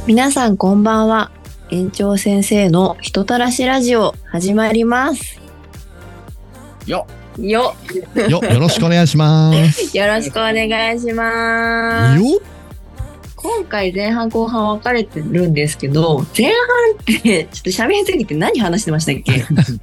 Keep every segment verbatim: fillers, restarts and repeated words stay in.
皆さんこんばんは。園長先生の人たらしラジオ始まります。 よよよ、よろしくお願いします。 よろしくお願いします。 よ今回前半後半分かれてるんですけど、前半ってちょっと喋りすぎて何話してましたっけ？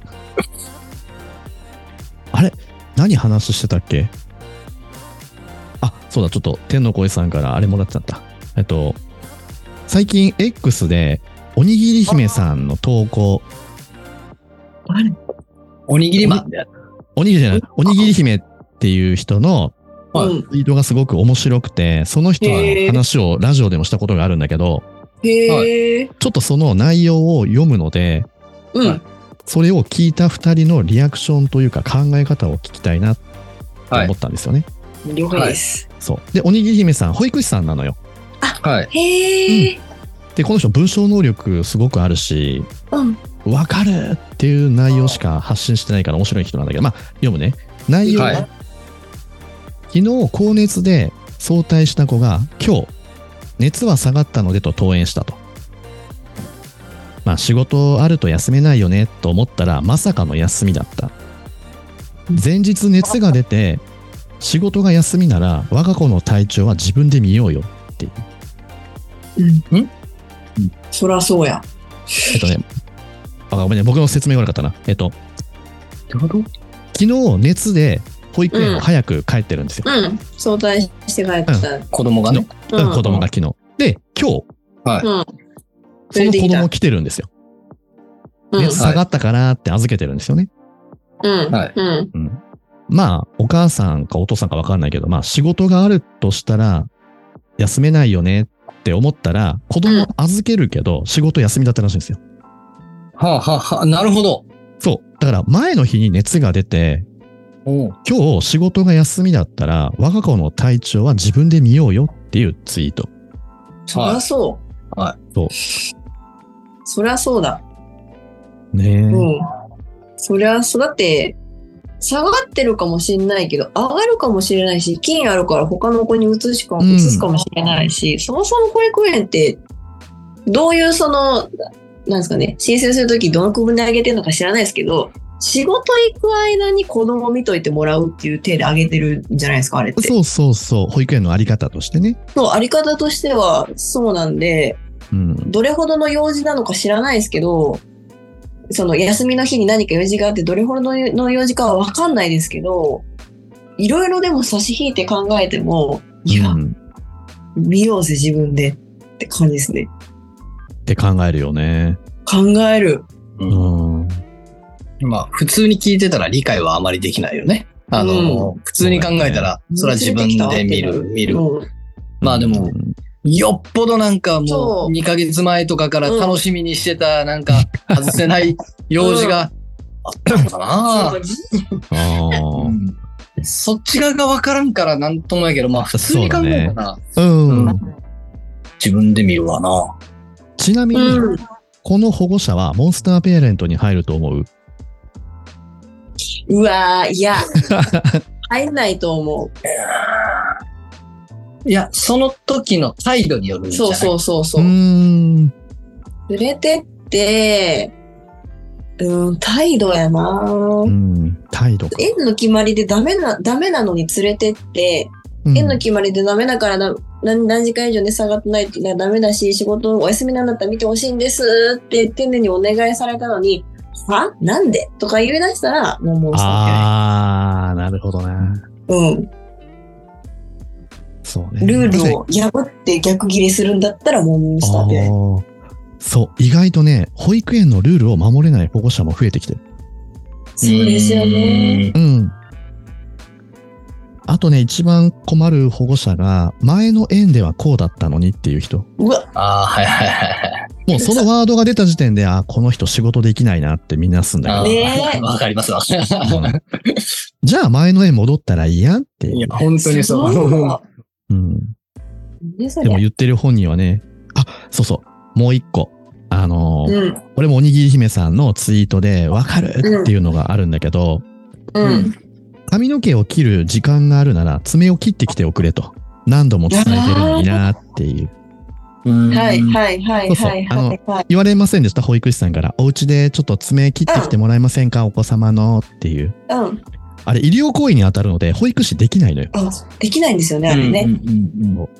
あれ何話してたっけ？あ、そうだ、ちょっと天の声さんからあれもらっちゃった。えっと最近 X でおにぎり姫さんの投稿、 あれおにぎりマンでおにぎりじゃない、おにぎり姫っていう人のうんツイートがすごく面白くて、その人のへー話をラジオでもしたことがあるんだけど、 へえ、 ちょっとその内容を読むので、 うんそれを聞いたふたりのリアクションというか考え方を聞きたいなと思ったんですよね。 了解です。 そう。で、おにぎり姫さん、保育士さんなのよ。 はいへえ、 で、この人文章能力すごくあるし、 うんわかるっていう内容しか発信してないから面白い人なんだけど、まあ、読むね。内容は、 はい昨日高熱で早退した子が今日、熱は下がったのでと登園したと。まあ、仕事あると休めないよねと思ったら、まさかの休みだった。前日熱が出て、仕事が休みなら、我が子の体調は自分で見ようよっていう。 うんんそらそうや。 えっとね、あ、ごめんね、僕の説明が悪かったな。えっと、 どういうこと？ 昨日熱で保育園を早く帰ってるんですよ。 うん、早退して帰った。 子供がね。 うん、子供が昨日。で、今日、 うんその子供来てるんですよ。 うん熱下がったかなって預けてるんですよね。 うんはいうんうん。まあ、お母さんかお父さんかわかんないけど、まあ、仕事があるとしたら、休めないよねって思ったら、子供預けるけど、仕事休みだったらしいんですよ。 はあ、はあはあ、なるほど。 そう。だから、前の日に熱が出て、 おう今日仕事が休みだったら、我が子の体調は自分で見ようよっていうツイート。 そりゃそう。 はい。 そう。 そりゃそうだ。 ねえ。 うん。そりゃそう。だって、下がってるかもしれないけど、上がるかもしれないし、菌あるから他の子に移しか、 うん移すかもしれないし、そもそも保育園って、どういうその、なんですかね、申請するときどの区分で上げてるのか知らないですけど、仕事行く間に子供見といてもらうっていう手で上げてるんじゃないですか、あれって。 そうそうそう。保育園のあり方としてね。 そう、あり方としてはそうなんで、 うん。 どれほどの用事なのか知らないですけど、その休みの日に何か用事があってどれほどの用事かは分かんないですけど、いろいろでも差し引いて考えても、いや、 うん見ようぜ自分でって感じですね。 って考えるよね。 考える。 ううんん。 まあ、普通に聞いてたら理解はあまりできないよね。あの、普通に考えたら、それは自分で見る、見る。 うんまあでも、よっぽどなんかもそううにかげつまえとかから楽しみにしてたなんか外せない用事があったのかな。 ああ。 うんそっち側がわからんからなんともやけど、まあ普通に考えたら、 うん。 自分で見るわな。 ちなみに、 うんこの保護者はモンスターペアレントに入ると思う？ うわー、いや、入んないと思いや、その時の態度によるんう。 じゃない？ そうそうそうそうう。 ーん。 連れてって、うん、態度やなうぁ。 ん。態度か。 園の決まりでダメな、ダメなのに連れてって、 うん園の決まりでダメだからだ何何時間以上熱下がってないとダメだし、仕事お休みなんだったら見てほしいんですって丁寧にお願いされたのに、はなんでとか言い出したら、もうモンスターああ、なるほどな。 ペアレント。うん。 そうね。 ルールを破って逆ギレするんだったらもうモンスターペアレント。 あーそう、意外とね、保育園のルールを守れない保護者も増えてきてる。 そうですよね。 うん。あとね、一番困る保護者が、前の園ではこうだったのにっていう人。 うわ、 ああ、はいはいはいはい。 もうそのワードが出た時点で、あ、この人仕事できないなってみんなすんだあけど。 ねえーわかりますわ。 じゃあ前の園戻ったらいいやんっていう。 いや、本当にそう。 そうん。 う。ね、そりゃでも言ってる本人はね、あ、そうそう、もう一個。あのーうん。 俺もおにぎり姫さんのツイートでわかるっていうのがあるんだけど、 うん。 髪の毛を切る時間があるなら爪を切ってきておくれと何度も伝えてるのになっていう。 はいはいはいそうそうはいあのはいはい。 言われませんでした、保育士さんから。お家でちょっと爪切ってきてもらえませんか、お子様のっていう。 うん。 あれ、医療行為に当たるので、保育士できないのよ。 あ、できないんですよね、あれね。 うんうんうん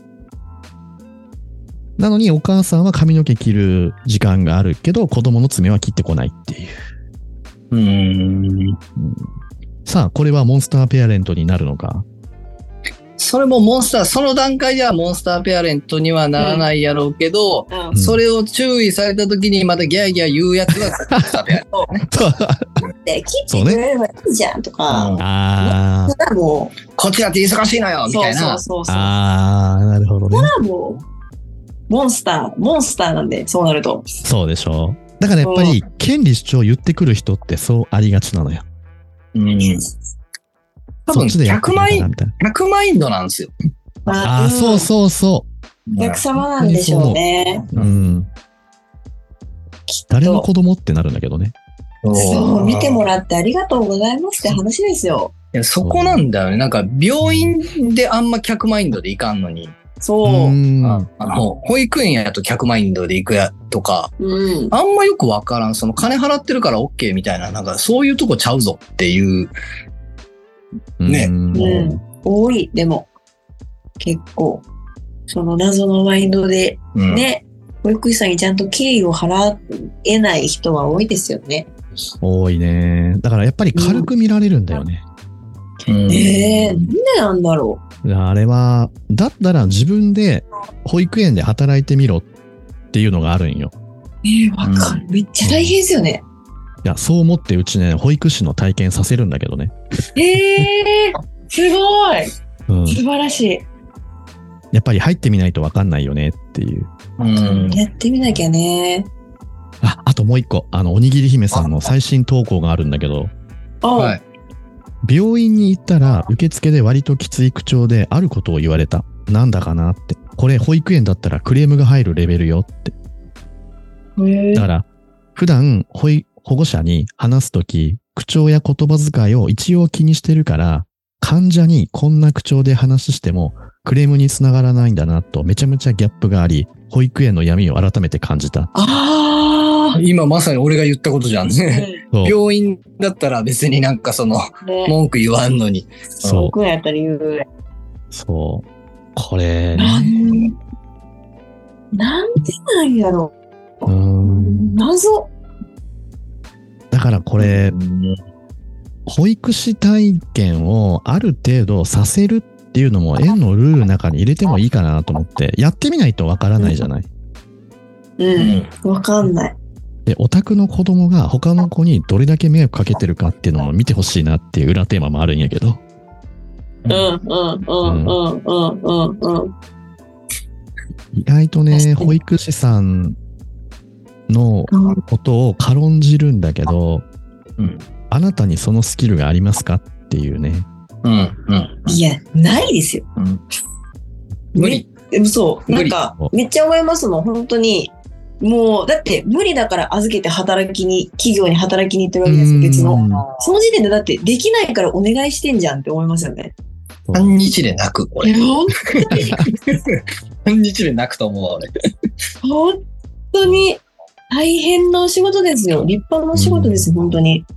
なのに、お母さんは髪の毛切る時間があるけど、子供の爪は切ってこないっていう。 うん。うんさあ、これはモンスターペアレントになるのか。 それもモンスター、その段階ではモンスターペアレントにはならないやろうけど、 うんんそれを注意された時にまたギャーギャー言うやつがモンスターペアレンで切ってくれればいいじゃんとか。 うんあただもう、 ト。こっちだって忙しいのよみたいな。 そうそうそうー、 そう。 あー、なるほどね。 もう、モンスター、モンスターなんで、そうなると。 そうでしょう。だからやっぱり、権利主張を言ってくる人ってそうありがちなのよ。 うん。多分そっちでやってくれひゃくマインたらみたいな。 ひゃくマインドなんですよ。 ああ、そうそうそお客様なんでしょうね。 う。うん。 きっと誰の子供ってなるんだけどね。 そう、見てもらってありがとうございますって話ですよ。 いやそこなんだよね。なんか病院であんま客マインドでいかんのに、 そうう。 ん。 ああの保育園やと客マインドで行くやとか、 うん。 あんまよくわからん。その金払ってるから OK みたいな、なんかそういうとこちゃうぞっていう。ねうんうん。多い、でも。結構。その謎のマインドで、 うん、 ね、保育士さんにちゃんと敬意を払えない人は多いですよね。 多いね。だからやっぱり軽く見られるんだよね。 うんええなんでなんだろあれは、だったら自分で保育園で働いてみろっていうのがあるんよ。 う。ええわかる。めっちゃ大変ですよね。 いや、そう思ってうちね、保育士の体験させるんだけどね。 ええすごい。 うん。 素晴らしい。 やっぱり入ってみないとわかんないよねっていう。 うんやってみなきゃね。 あ、あともう一個。あの、おにぎり姫さんの最新投稿があるんだけど、 あ、 はい。 病院に行ったら受付で割ときつい口調であることを言われた。なんだかなって。これ保育園だったらクレームが入るレベルよって。 へえだから、普段保育保護者に話すとき、口調や言葉遣いを一応気にしてるから、患者にこんな口調で話してもクレームにつながらないんだなとめちゃめちゃギャップがあり、保育園の闇を改めて感じた。 あ今まさに俺が言ったことじゃんあ。 ね。 そう。 病院だったら別になんかそのね。 文句言わんのに。 そう。 僕やったら言う。 そう。これなね。 ん、なんでなんやろ。 うーん。 謎。 だからこれ、保育士体験をある程度させるっていうのも園のルールの中に入れてもいいかなと思って、やってみないとわからないじゃない。 うん。わかんない。 で、お宅の子供が他の子にどれだけ迷惑かけてるかっていうのも見てほしいなっていう裏テーマもあるんやけど。 うんうんうんうんうんうんうん。 意外とね、 確かに保育士さんのことを軽んじるんだけど、 うん。 あなたにそのスキルがありますかっていうね。 うん。うん。 いや、ないですよ。 うん無理。 でもそう。 無理なんか、めっちゃ思いますもん、本当に。もう、だって無理だから預けて働きに、企業に働きに行ってるわけですよ、別うんの。その時点でだってできないからお願いしてんじゃんって思いますよね。 半日で泣く、俺。 いや本半日で泣くと思うわ、俺。 本当に大変なお仕事ですよ。立派なお仕事です、本当に。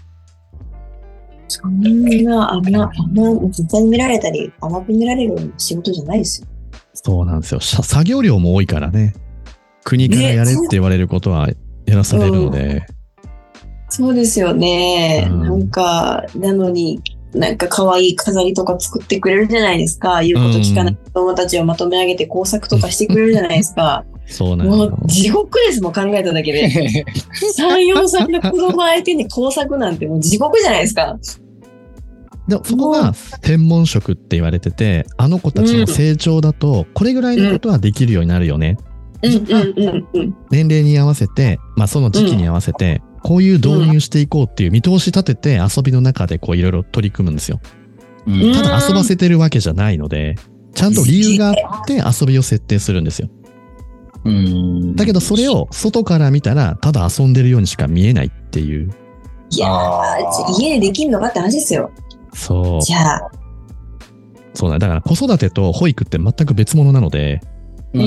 そんな、あんな、あんな、絶対に見られたり、甘く見られる仕事じゃないですよ。 そうなんですよ。さ作業量も多いからね。国からやれって言われることはやらされるので。 そうですよね。 うんなんか、なのに、なんか可愛い飾りとか作ってくれるじゃないですか。言うこと聞かない子供たちをまとめ上げて工作とかしてくれるじゃないですか。 そうなんですよもう。地獄ですもん、考えただけで。さん、よんさいの子供相手に工作なんてもう地獄じゃないですか。 でもそこが専門職って言われてて、あの子たちの成長だと、これぐらいのことはできるようになるよね。 うんうんうんうん。 年齢に合わせて、まあその時期に合わせて、こういう導入していこうっていう見通し立てて遊びの中でこういろいろ取り組むんですよ。 うんただ遊ばせてるわけじゃないので、ちゃんと理由があって遊びを設定するんですよ。 うん。 だけどそれを外から見たら、ただ遊んでるようにしか見えないっていう。 いやあー、 ー家でできんのかって話ですよ。 そう。 じゃあ、 そうなんだから子育てと保育って全く別物なので、 うん。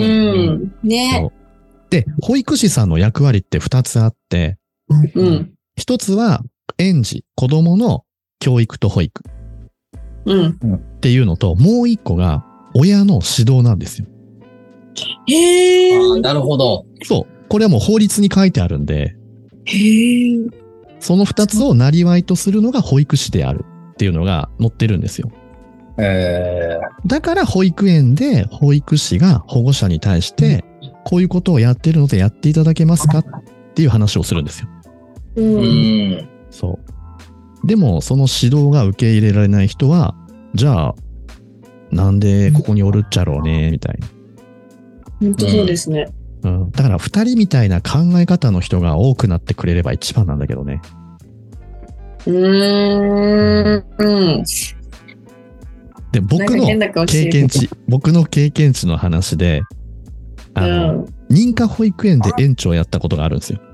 ね。 そうで、保育士さんの役割って二つあって、 うん。 一つは園児、子供の教育と保育うん。 っていうのと、もう一個が親の指導なんですよ。 へー。 あーなるほど。 そう。これはもう法律に書いてあるんで、 へー。 その二つを生りとするのが保育士であるっていうのが載ってるんですよ。 えだから保育園で保育士が保護者に対して、こういうことをやってるのでやっていただけますかっていう話をするんですよ。 う。 ー、うんん。 そう。でも、その指導が受け入れられない人は、じゃあ、なんでここにおるっちゃろうね、みたいな。 本当そうですね。 うん。だから、二人みたいな考え方の人が多くなってくれれば一番なんだけどね。 うーん。うん。 で、僕のなんか変な顔してる経験値、僕の経験値の話で、あの、 うん。 認可保育園で園長やったことがあるんですよ。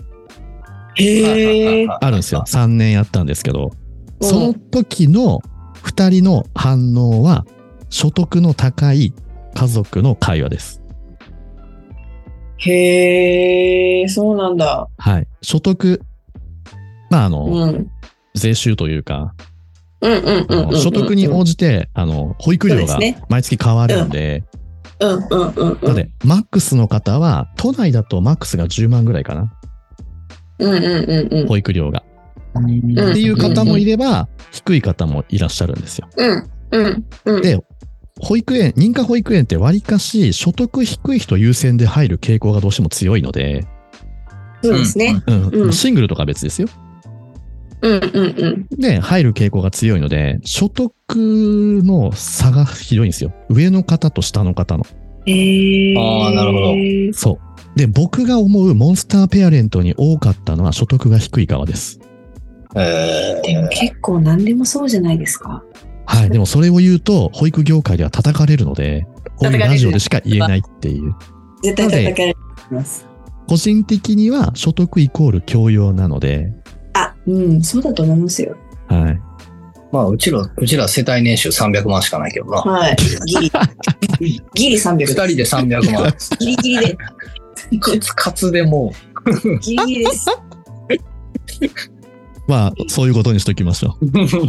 へー。 あるんですよ。さんねんやったんですけど、 うんその時の二人の反応は、所得の高い家族の会話です。 へー。そうなんだ。 はい。所得、まあ、あの、 うん。 税収というか、 うんうんうんうんうん。 所得に応じて、あの、保育料がそうですね毎月変わるんで、 うんうんうんうん。 なので、マックスの方は、都内だとマックスがじゅうまんぐらいかな、 うんうんうんうん。 保育料が。 んっていう方もいれば、低い方もいらっしゃるんですよ。 うんうんうん。 で、保育園、認可保育園って割かし所得低い人優先で入る傾向がどうしても強いので、 そうですね。 うんうんシングルとか別ですよ。 うんうんうん。 で、入る傾向が強いので、所得の差がひどいんですよ。上の方と下の方の。 へー。 あーなるほどそう。で、僕が思うモンスターペアレントに多かったのは所得が低い側です。 えー、 でも結構何でもそうじゃないですか。 はい。でもそれを言うと、保育業界では叩かれるので、こういうラジオでしか言えないっていう。 絶対叩かれます。 個人的には所得イコール教養なので、 あ、うん、そうだと思いますよ。 はい。 まあ、うちら、うちら世帯年収さんびゃくまんしかないけどな。 はい。ギリ。ギリさんびゃく。 二人でさんびゃくまん。 ギリギリで。 カツカツでもギリギリです。 まあ、そういうことにしときましょう。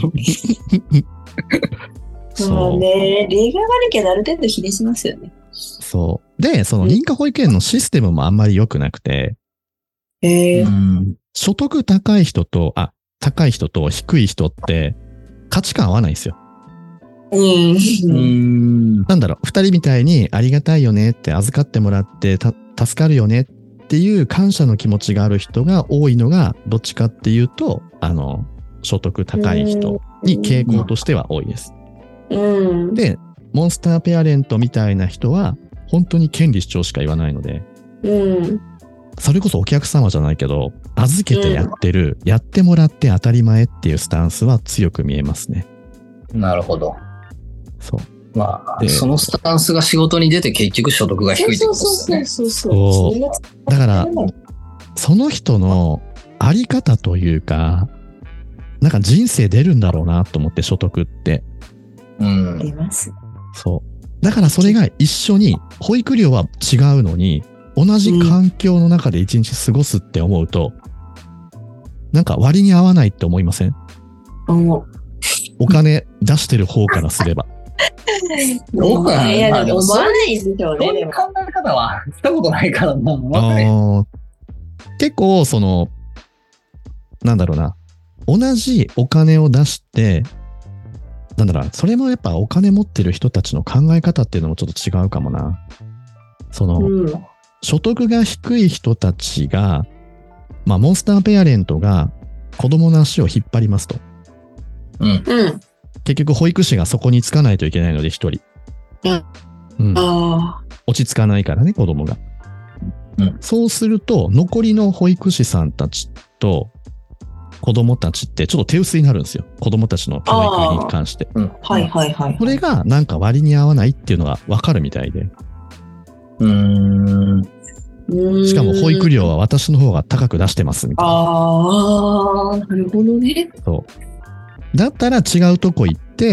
そうね。例が悪きゃある程度比例しますよね。 そう。で、その認可保育園のシステムもあんまり良くなくて、 へえ。 うん所得高い人と、あ、高い人と低い人って価値観合わないんですよ。 うん。 うんなんだろう、二人みたいにありがたいよねって預かってもらってた助かるよねっていう感謝の気持ちがある人が多いのが、どっちかっていうと、あの、所得高い人に傾向としては多いです。 うん。 で、モンスターペアレントみたいな人は、本当に権利主張しか言わないので、 うん。 それこそお客様じゃないけど、預けてやってる、やってもらって当たり前っていうスタンスは強く見えますね。 なるほど。 そう。 まあ、 でそのスタンスが仕事に出て結局所得が低いってことですね。 そうそうそうそう。 だから、その人のあり方というか、なんか人生出るんだろうなと思って、所得って。 うん。 出ます。 そう。だからそれが一緒に、保育料は違うのに、同じ環境の中で一日過ごすって思うと、なんか割に合わないって思いません？ 思う。 お金出してる方からすれば。 どうかな。 いや、でもまあでも思わないでしょうそうね。 いうでも考え方はしたことないからな。わかんないあー結構、その、なんだろうな。同じお金を出して、なんだろうな、それもやっぱお金持ってる人たちの考え方っていうのもちょっと違うかもな。その、 うん。 所得が低い人たちが、まあ、モンスターペアレントが子供の足を引っ張りますと。 うん。 うん。 結局、保育士がそこにつかないといけないので、一人。うん。 あ落ち着かないからね、子供が。 うんそうすると、残りの保育士さんたちと子供たちってちょっと手薄になるんですよ。子供たちの教育に関して。 うん。 あ。はいはいはい。 それがなんか割に合わないっていうのがわかるみたいで。 うーん。 うんしかも保育料は私の方が高く出してますみたいな。 ああ、なるほどね。 そう。だったら違うとこ行って、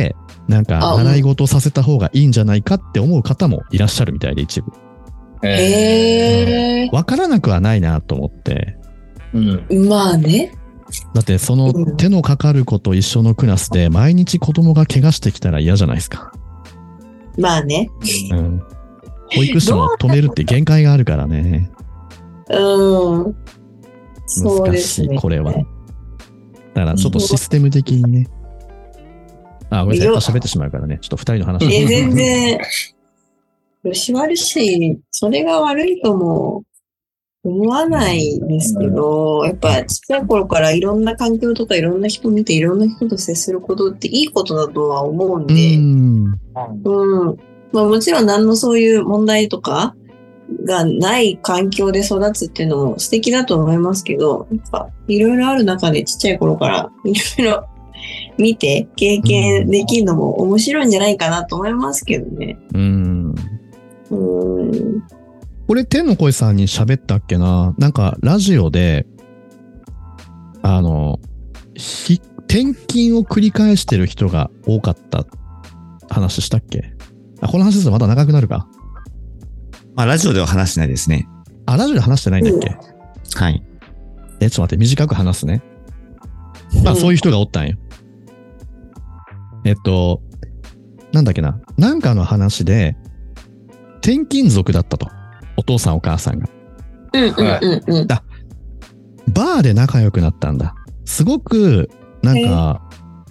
なんか習い事させた方がいいんじゃないかって思う方もいらっしゃるみたいで、一部。 へえ。 わからなくはないなと思って。 うん。 まあね。 だってその手のかかる子と一緒のクラスで毎日子供が怪我してきたら嫌じゃないですか。 まあね。 うん。保育士も止めるって限界があるからね。 うん。そう難ですね。 しい、これは。だからちょっとシステム的にね。あ、ごめんなさい。やっぱ喋ってしまうからね。ちょっと二人の話。 え、全然。吉悪し、それが悪いとも思わないですけど、やっぱちっちゃい頃からいろんな環境とかいろんな人見ていろんな人と接することっていいことだとは思うんで、 うん。 うん。まあもちろん何のそういう問題とかがない環境で育つっていうのも素敵だと思いますけど、やっぱいろいろある中でちっちゃい頃からいろいろ見て経験できるのも面白いんじゃないかなと思いますけどね。 うん。 うん。 これ天の声さんに喋ったっけな。なんかラジオであのひ転勤を繰り返してる人が多かった話したっけ。あ、この話するとまた長くなるか。 まあラジオでは話してないですね。 あ、ラジオで話してないんだっけ。 はい。 え、ちょっと待って、短く話すね。まあそういう人がおったんよ。えっとなんだっけな。なんかの話で転勤族だったと。お父さんお母さんが。 うんうんうんうん。 バーで仲良くなったんだ。すごく、なんか、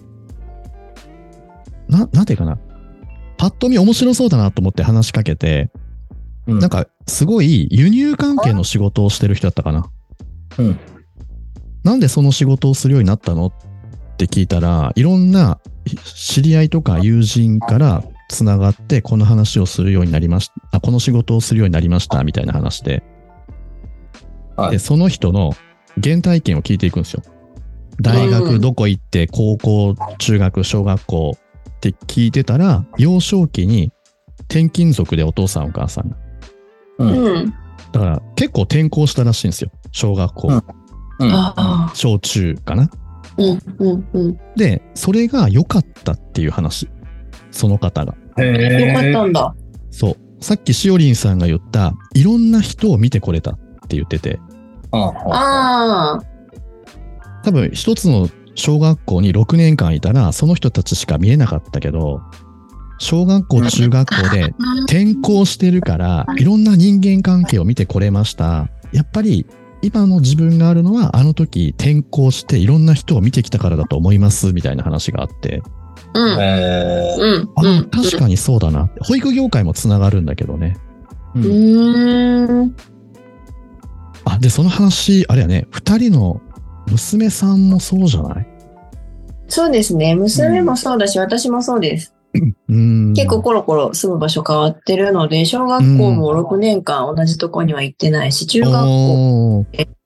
な、なんていうかな。パッと見面白そうだなと思って話しかけて、うん、なんか、すごい輸入関係の仕事をしてる人だったかな。うん。なんでその仕事をするようになったのって聞いたら、いろんな知り合いとか友人からつながってこの話をするようになりました。あ、この仕事をするようになりましたみたいな話で、はい、でその人の原体験を聞いていくんですよ。大学どこ行って高校、中学、小学校って聞いてたら、幼少期に転勤族でお父さんお母さんが。うん。だから結構転校したらしいんですよ。小学校、うんうん、小中かな。 うんうんうん。 で、それが良かったっていう話。その方が。 へ良かったんだ。 そう。さっきしおりんさんが言った、いろんな人を見てこれたって言ってて。 ああ。 多分一つの小学校にろくねんかんいたら、その人たちしか見えなかったけど、小学校、中学校で転校してるから、いろんな人間関係を見てこれました。やっぱり、今の自分があるのは、あの時転校していろんな人を見てきたからだと思います、みたいな話があって。 うん。えー、うん。 あ、確かにそうだな。保育業界もつながるんだけどね。 うん。うーん。 あ、で、その話、あれやね、二人の娘さんもそうじゃない？ そうですね。娘もそうだし、うん、私もそうです。 うん結構コロコロ住む場所変わってるので、小学校もろくねんかん同じとこには行ってないし、中学校。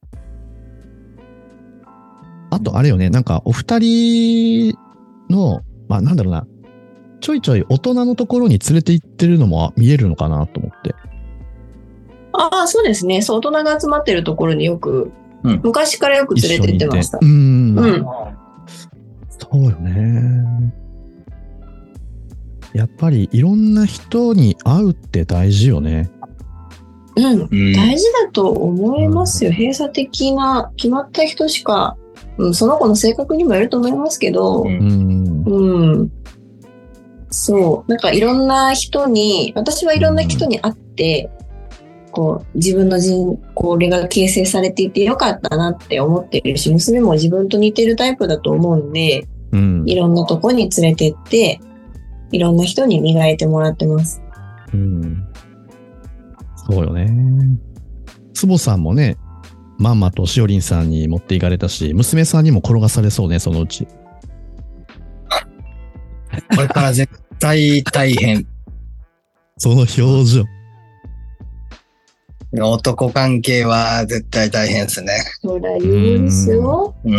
あとあれよね、なんかお二人の、まあなんだろうな、ちょいちょい大人のところに連れて行ってるのも見えるのかなと思って。 ああ、そうですね。そう、大人が集まってるところによく、うん、昔からよく連れて行ってました。 うん。うん。そうよね。やっぱりいろんな人に会うって大事よね。 うん。うん、大事だと思いますよ。うん、閉鎖的な決まった人しか、うん、その子の性格にもよると思いますけど、うん。うん、そう。なんかいろんな人に、私はいろんな人に会って、うん、こう、自分の人口が形成されていてよかったなって思ってるし、娘も自分と似てるタイプだと思うんで、うん、いろんなとこに連れてって、いろんな人に磨いてもらってます。 うん。そうよね。坪さんもね、まんまとしおりんさんに持っていかれたし、娘さんにも転がされそうね、そのうち。 これから絶対大変。 その表情。 男関係は絶対大変ですね。 そりゃ言うんですよ。 うん。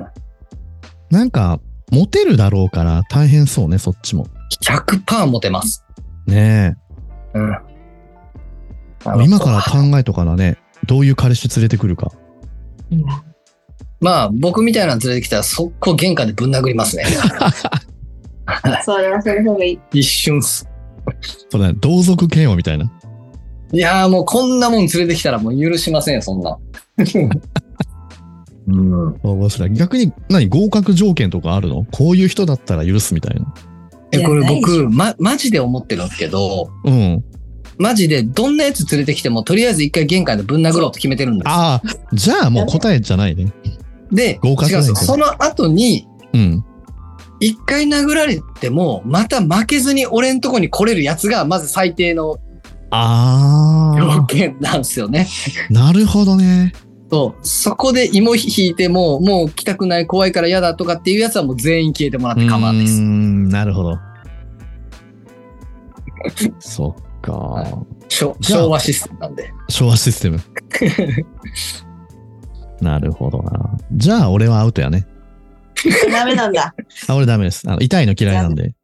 なんか、モテるだろうから大変そうね、そっちも。 ひゃくパーセント モテます。 ねえ。うん。 今から考えとかなね、どういう彼氏連れてくるか。 うん、まあ、僕みたいなの連れてきたら速攻玄関でぶん殴りますね。 それはその方がいい。 一瞬っす。 そうだね。同族嫌悪みたいな。 いやーもうこんなもん連れてきたらもう許しませんよ、そんな。うん。 面白い。逆に何合格条件とかあるの？こういう人だったら許すみたいな。 え、これいやないでし僕、ま、マジで思ってるんですけど、 うん。 マジでどんなやつ連れてきても、とりあえず一回玄関でぶん殴ろうと決めてるんですよ。 ああ、じゃあもう答えじゃないね。 で、 合格違うんですよ。その後に、 うん。 一回殴られても、また負けずに俺んとこに来れるやつが、まず最低のあ条件なんですよね。 あ、なるほどね。 そう。そこで芋引いても、もう来たくない、怖いから嫌だとかっていうやつはもう全員消えてもらって構わないでうーす。 ん、なるほど。そっか。 昭じゃあ昭和システムなんで。 昭和システム。なるほどな。じゃあ俺はアウトやね。 ダメなんだ。 あ、俺ダメです。あの痛いの嫌いなんで。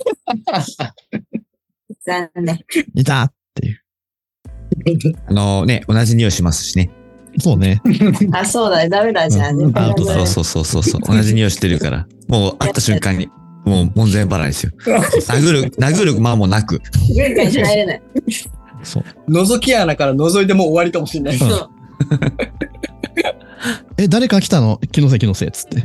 残念。 痛っていう。 あのね、同じ匂いしますしね。 そうね。 あ、そうだね。ダメだじゃあ。 うん絶対アウトだダメそうそうそうそうそう。同じ匂いしてるから。もう会った瞬間に、もう門前払いですよ。殴る、殴る間もなく。 玄関に入れない。 そう。 覗き穴から覗いてもう終わりかもしれない。 うんそう。 え、誰か来たの？気のせい気のせいっつって。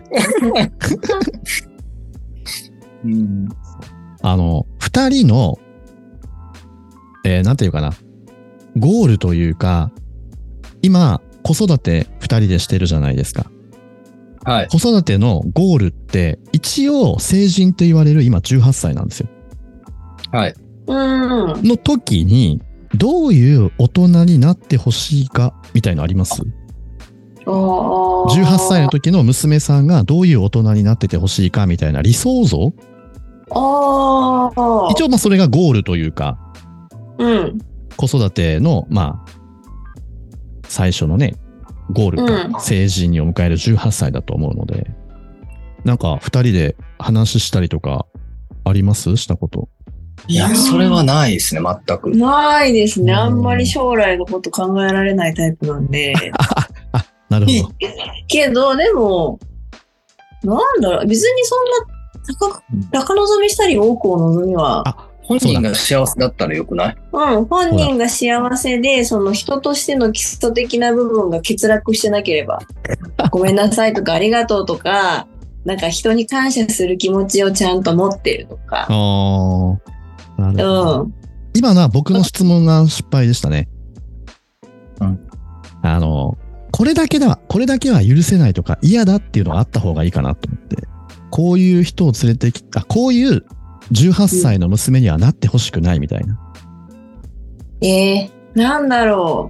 うん。 あの、二人の、えーなんていうかな。ゴールというか、今、子育て二人でしてるじゃないですか。 はい。 子育てのゴールって、一応成人って言われる今じゅうはっさいなんですよ。 はい。 うん。 の時に、どういう大人になってほしいか、みたいのあります？ おーじゅうはっさいの時の娘さんがどういう大人になっててほしいかみたいな理想像？ ああ。 一応まあそれがゴールというか、 うん。 子育てのまあ、最初のね、ゴールうんか、成人にを迎えるじゅうはっさいだと思うので、なんか二人で話したりとかあります？したこと。 いや、それはないですね、全く。 ないですね。 うんあんまり将来のこと考えられないタイプなんで。 なるほど。 けど、でも、なんだろう、別にそんな高く、高望みしたり多くを望みは、 あ、 本人が幸せだったらよくない？ うん、本人が幸せで、その人としての基礎的な部分が欠落してなければ、ごめんなさいとかありがとうとか、なんか人に感謝する気持ちをちゃんと持ってるとか。 あーなるほど。 うん。 今のは僕の質問が失敗でしたね。 うん。 あの、これだけでは、これだけは許せないとか嫌だっていうのがあった方がいいかなと思って。こういう人を連れてきた、こういうじゅうはっさいの娘にはなってほしくないみたいな。 えー、なんだろ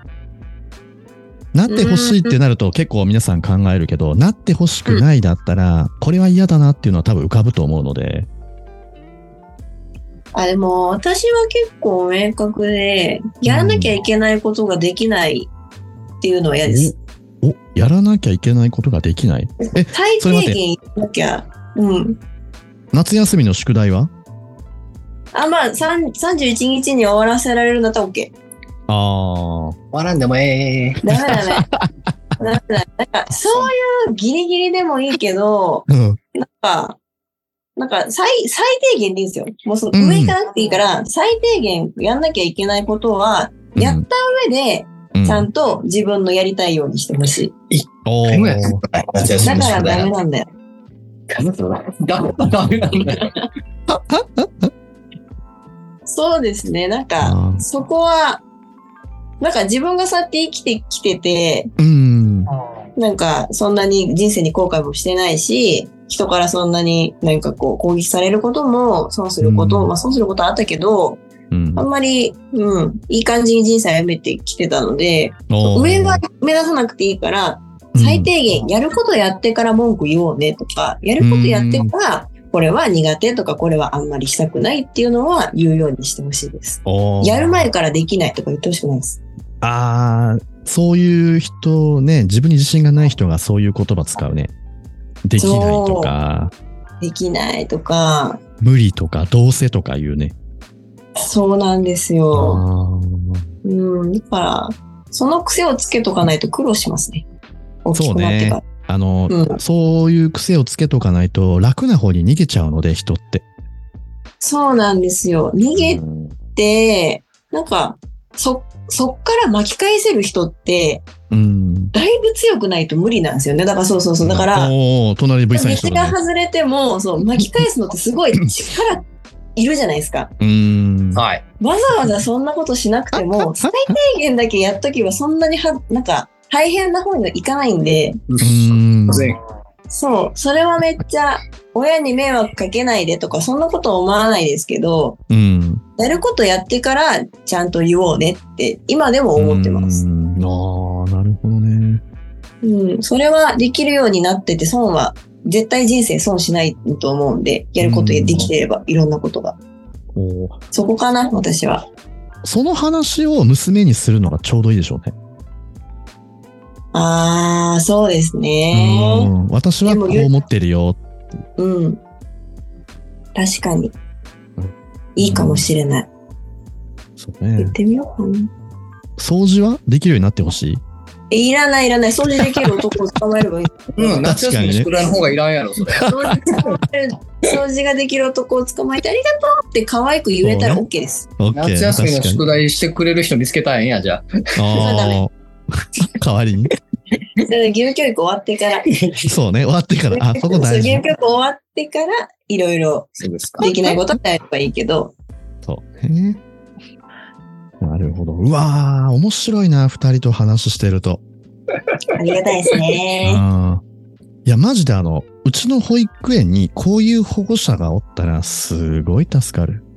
なってほしいってなると結構皆さん考えるけど、なってほしくないだったら、これは嫌だなっていうのは多分浮かぶと思うので。 う。あ、でも私は結構明確で、やらなきゃいけないことができないっていうのは嫌です。 お、やらなきゃいけないことができない。え、 最それ待って低限やらなきゃ。うん。 夏休みの宿題は？ あ、まあ、さんさんじゅういちにちに終わらせられるんだったら OK。 ああ。 終わらんでもええ。 ダメだね。ダメだね。なんか、そういうギリギリでもいいけど、 うん。 なんか、なんか最、最低限でいいんですよ。もうそのうん上行かなくていいから、最低限やんなきゃいけないことは、やった上で、 うん、 ちゃんと自分のやりたいようにしてほしい。 おでもやー夏休だからみの宿題ダメなんだよ。 ダメダメなんだよ。 そうですね。なんあか、 ーそこは、なんか自分がそうやって生きてきてて、 うん。 なんかそんなに人生に後悔もしてないし、人からそんなになんかこう攻撃されることも、損することも、 うんまあ損することはあったけど、 うんあんまり、うん、いい感じに人生歩めてきてたので、 おー上は目指さなくていいから、最低限やることやってから文句言おうねとか、やることやってから、これは苦手とか、これはあんまりしたくないっていうのは言うようにしてほしいです。 おーやる前からできないとか言ってほしくないです。 ああ、そういう人ね、自分に自信がない人がそういう言葉使うね。できないとか、 できないとか、 無理とか、どうせとか言うね。 そうなんですあよ。 ーうん、だから、その癖をつけとかないと苦労しますね。大きそうねくなってから。。 あの、 うんそういう癖をつけとかないと楽な方に逃げちゃうので、人って。 そうなんですよ。逃げうんて、なんか、そ、そっから巻き返せる人って、 うん。 だいぶ強くないと無理なんですよね。だからそうそうそう。だから、 おー、隣 ブイ さん一緒道だね。 が外れても、そう、巻き返すのってすごい力いるじゃないですか。 うーん。 はい。 わざわざそんなことしなくても、最低限だけやっとけばそんなには、なんか、大変な方にはいかないんで、 うーん。 そう、それはめっちゃ、親に迷惑かけないでとか、そんなこと思わないですけど、 うん。 やることやってからちゃんと言おうねって、今でも思ってます。 うーんああ、なるほどね。 うん、それはできるようになってて、損は、絶対人生損しないと思うんで、やることできてれば、いろんなことが。 おーそこかな、私は。 その話を娘にするのがちょうどいいでしょうね。 あー、そうですうね。 ん。私はこう思ってるよ。 うん。確かにうん。 いいかもしれない。 そう言っね。 てみようかな。 掃除はできるようになってほしい。 え、いらないいらない。掃除できる男を捕まえればいい。 うん、夏休みの宿題の方がいらんやろ、それ。 掃除捕まえる掃除ができる男を捕まえてありがとうって可愛く言えたら OK です。 オッケー。 夏休みの確かに宿題してくれる人見つけたらええんや、じゃあ。 ああ。代わりに。 だから義務教育終わってから。 そうね。終わってから。あ、そこそう大事義務。教育終わってから、いろいろそうですか。 できないことはやればいいけど。 そうね。なるほど。うわー、面白いな、二人と話してると。 ありがたいですうね。 ん。いや、マジであの、うちの保育園にこういう保護者がおったら、すごい助かる。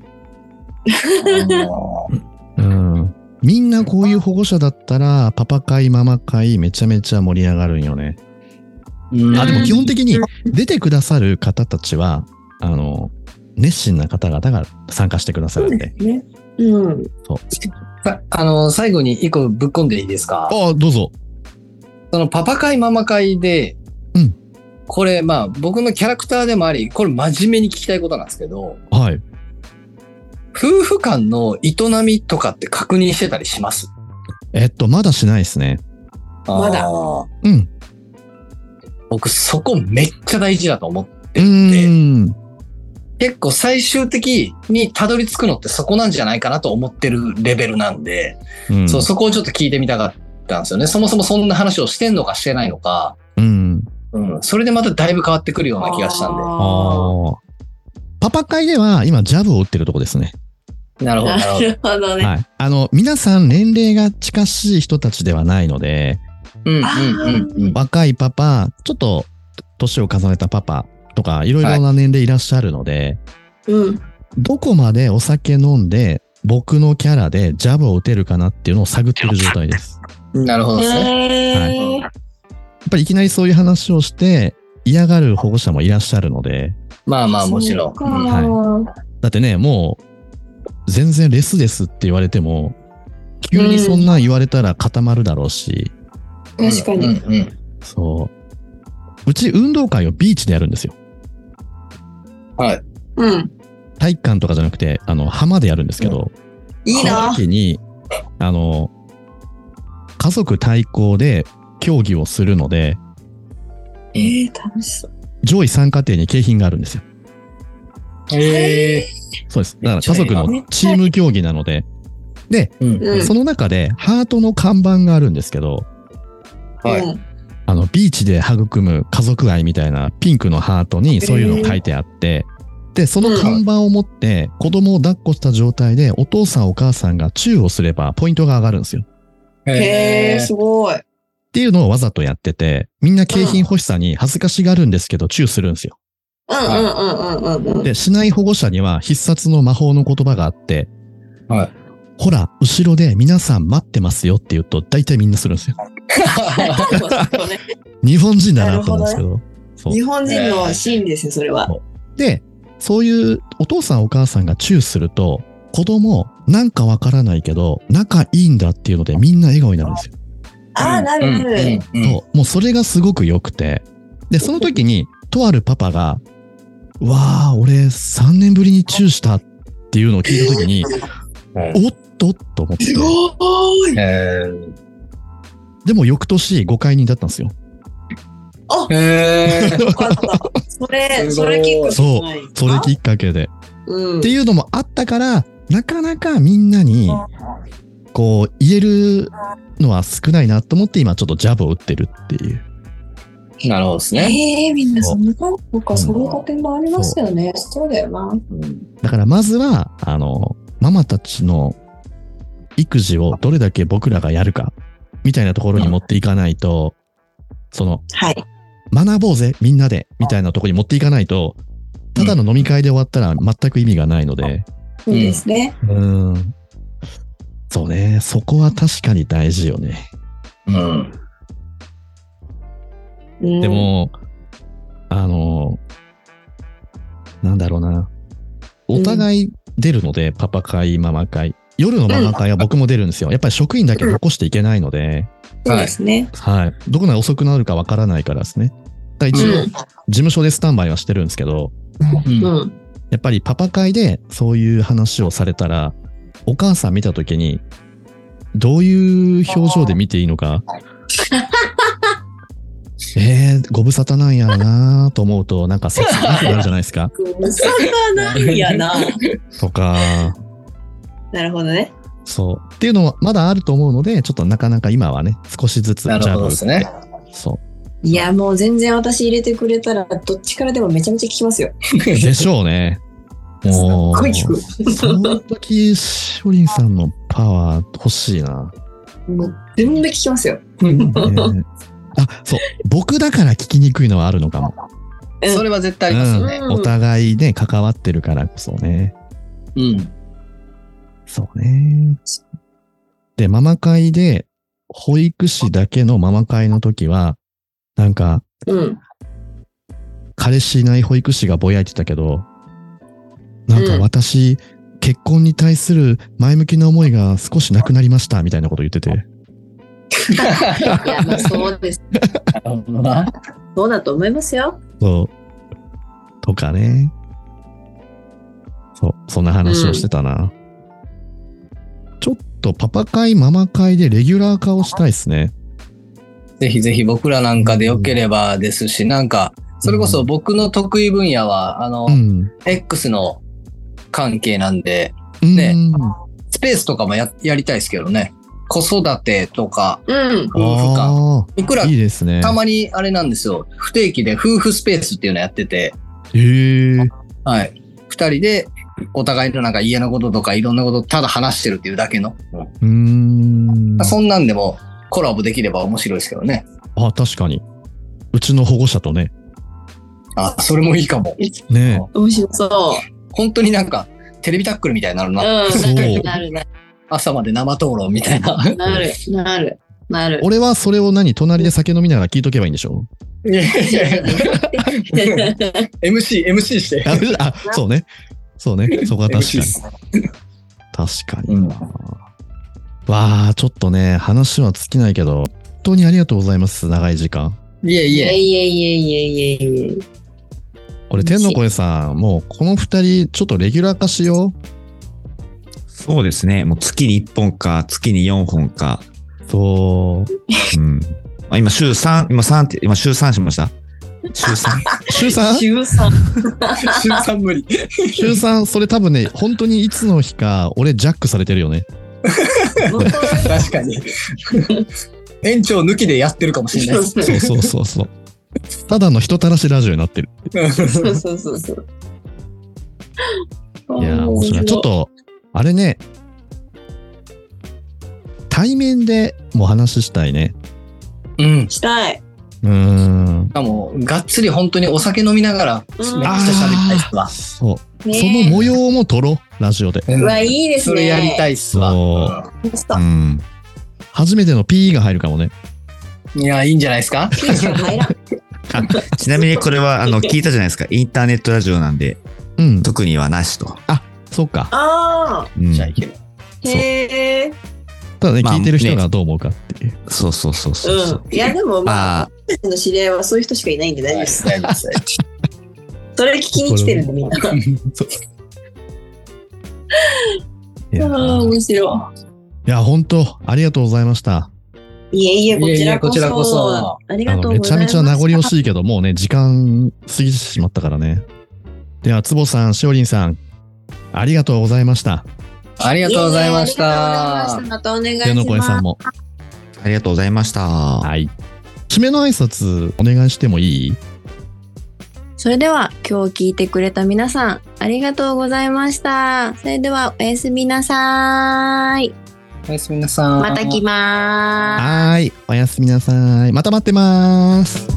うん。みんなこういう保護者だったら、パパ会、ママ会、めちゃめちゃ盛り上がるんよね。 うんあ、でも基本的に出てくださる方たちは、あの、熱心な方々が参加してくださるんで。 ね。うん。 さあの、最後に一個ぶっ込んでいいですか？ ああ、どうぞ。 そのパパ会ママ会で、 うんこれまあ僕のキャラクターでもあり、これ真面目に聞きたいことなんですけど、 はい。 夫婦間の営みとかって確認してたりします？ えっと、まだしないですね。 まだあーうん。 僕そこめっちゃ大事だと思ってうて、 ーん。 結構最終的にたどり着くのってそこなんじゃないかなと思ってるレベルなんで、 うん。 そう、そこをちょっと聞いてみたかったんですよね。そもそもそんな話をしてんのかしてないのか、 うん。 うん、それでまただいぶ変わってくるような気がしたんああ。パパ会では今ジャブを打ってるとこですね。 で。なるほど、なるほなるほどね。 はい。あの、皆さん年齢が近しい人たちではないので、 ど。うん、うん、うん、うん。 若いパパ、ちょっと年を重ねたパパとか、いろいろな年齢いらっしゃるので、 うん。 どこまでお酒飲んで、僕のキャラでジャブを打てるかなっていうのを探ってる状態です。 なるほどですね。 へーやっぱりいきなりそういう話をして、嫌がる保護者もいらっしゃるので、 まあまあもちろん。 そうかうんだってね、もう、全然レスですって言われても、急にそんなん言われたら固まるだろうし、 確かに。 うんうんうんそう。うち運動会をビーチでやるんですよ。 はい。 うん。 体育館とかじゃなくて、あの、浜でやるんですけど、そのいいな。 時に、あの、家族対抗で競技をするので、 えー、楽しそう。 上位さん家庭に景品があるんですよ。 へえ。 そうです。だから家族のチーム競技なので、で、 うん。 うん。 その中でハートの看板があるんですけど、 はいうんあの、ビーチで育む家族愛みたいなピンクのハートにそういうの書いてあって、で、その看板を持って子供を抱っこした状態でお父さんお母さんがチューをすればポイントが上がるんですよ。 へー、すごい。 っていうのをわざとやってて、みんな景品欲しさに恥ずかしがるんですけど、チューするんですよ。 うんうんうんうんうんうん。 で、しない保護者には必殺の魔法の言葉があって、 はい。 ほら、後ろで皆さん待ってますよって言うと、大体みんなするんですよ。 そうね日本人だなと思うんですけど。そう日本人のシーンですよ、それは。 で、そういうお父さんお母さんがチューすると、子供、なんかわからないけど、仲いいんだっていうのでみんな笑顔になるんですよ。 ああ、なるなる。 うんうんそうもうそれがすごく良くて。で、その時に、とあるパパが、わあ、俺さんねんぶりにチューしたっていうのを聞いた時に、おっとと思って。 すごーい。 へーでも翌年ごかいにだったんですよ。 あ、 へー。 よかった。それ、 すごいそれきっかけじゃないそれきっかけで。 うん。 っていうのもあったから、なかなかみんなに、こう、言えるのは少ないなと思って、今ちょっとジャブを打ってるっていう。 なるほどですね。 ええー、みんなそんな感じか、 うんそういう加点もありますよね。そうだよな。うんだからまずは、あの、ママたちの育児をどれだけ僕らがやるか、みたいなところに持っていかないと、その、 はい。 学ぼうぜ、みんなで、みたいなところに持っていかないと、ただの飲み会で終わったら全く意味がないので、 そうですね。 うん。そうね、そこは確かに大事よね。 うん。 うんで、も、あの、なんだろうな。お互い出るので、パパ会、ママ会。夜のママ会は僕も出るんですよ。やっぱり職員だけ残していけないので、 そうですね。 はい。どこまで遅くなるかわからないからですね。だから一応、 うん事務所でスタンバイはしてるんですけど、 うんうん。 やっぱりパパ会でそういう話をされたら、お母さん見たときに、どういう表情で見ていいのか。えー、ご無沙汰なんやろなと思うと、なんか切なくなるじゃないですか。 ご無沙汰なんやな。 とか、 なるほどね。 そう。っていうのはまだあると思うので、ちょっとなかなか今はね、少しずつジなるほどャブを打って。 ですね。 そいや、もう全然私入れてくれたら、どっちからでもめちゃめちゃ聞きますよ。 う。でしょうね。もう、 すっごい聞く。 その時、しおりんさんのパワー欲しいな。 もう全部聞きますよ。 ねあ、そう。僕だから聞きにくいのはあるのかも。 うんそれは絶対ありますよね。 うんお互いね、関わってるからこそね。 うん。 そうね。で、ママ会で、保育士だけのママ会の時は、なんか、 うん。 彼氏いない保育士がぼやいてたけど、なんか私、結婚に対する前向きな思いが少しなくなりました、みたいなこと言ってて。 いや、まあそうです。 なるほどな。 そうだと思いますよ。 そう。とかね。そう、そんな話をしてたな。ちょっとパパ会、ママ会でレギュラー化をしたいですね。 ぜひぜひ僕らなんかでよければですし、なんか、それこそ僕の得意分野は、あの、 うん。 X の関係なんで、 うんねスペースとかもややりたいですけどね。子育てとか、 うん。 夫婦間。 あいくらあ、いいですね。 たまにあれなんですよ。不定期で夫婦スペースっていうのやってて、 へえ。 はい。二人でお互いのなんか家のこととかいろんなことただ話してるっていうだけの。 うーん。 そんなんでもコラボできれば面白いですけどね。 あ、確かに。うちの保護者とね。 あ、それもいいかも。 ね面白そう。 本当になんかテレビタックルみたいになるな。 うん。 そうなるなるなる。 朝まで生討論みたいな。 なる、なる、なる。 俺はそれを何隣で酒飲みながら聞いとけばいいんでしょいやいやいや エムシー、エムシー して。 あ、あそうね。そうね。そこは確かエムシーにっ。す確かに。 うんわあ、ちょっとね、話は尽きないけど、本当にありがとうございます。長い時間。 いえいえ。 いえいえいえいえいえいえ。 これ、天の声さん、もうこの二人、ちょっとレギュラー化しよそうですね。もう月にいっぽんか、月によんほんか。 う。そう。 うん。あ今週さん、今さんって、今週さんしました週さん週さん週さん。 週さん無理。 週さん、それ多分ね、本当にいつの日か、俺ジャックされてるよね。 確かに。園長抜きでやってるかもしれないです。 そうそうそうそう。ただの人たらしラジオになってる。 そうそうそうそう。 いやー、面白い。ちょっと、あれね、対面でも話したいね。 うん。 したい。 うーん。 しかも、がっつり本当にお酒飲みながら、めっちゃ喋りたいっすわ。 そう。 ねその模様も撮ろう、ラジオで。 うわ、いいですね。 それやりたいっすわ。 そううん。 初めての ピー が入るかもね。 うんいや、いいんじゃないですか。 ピーしか入らん。 あちなみにこれは、あの、聞いたじゃないですか。インターネットラジオなんで、 うん。 特にはなしと。 そうか。 あうんじゃあいける。 あ。へえ。 ただね、 まあ聞いてる人がどう思うかっていう。 そうそうそうそうそう。 うん。いや、でもまあ、 あ私たちの知り合いはそういう人しかいないんで大丈夫です。 大丈夫です。 それ聞きに来てるんで、みんな。 いやああ、面白いや、本当ありがとうございました。 いえいえ、こちらこそ。 いえいえこちらこそありがあの、 とうございます。 めちゃめちゃ名残惜しいけど、もうね、時間過ぎてしまったからね。では、つぼさん、しおりんさん、ありがとうございました。 ありがとうございましいえいえありがとうございました。 た。 またお願いし天の声さんます。 も。 ありがとうございました。 はい。締めの挨拶、お願いしてもいい？ それでは今日聞いてくれた皆さんありがとうございました。それではおやすみなさい。 おやすみなさい。 また来まーす。 はーい。おやすみなさい。また待ってます。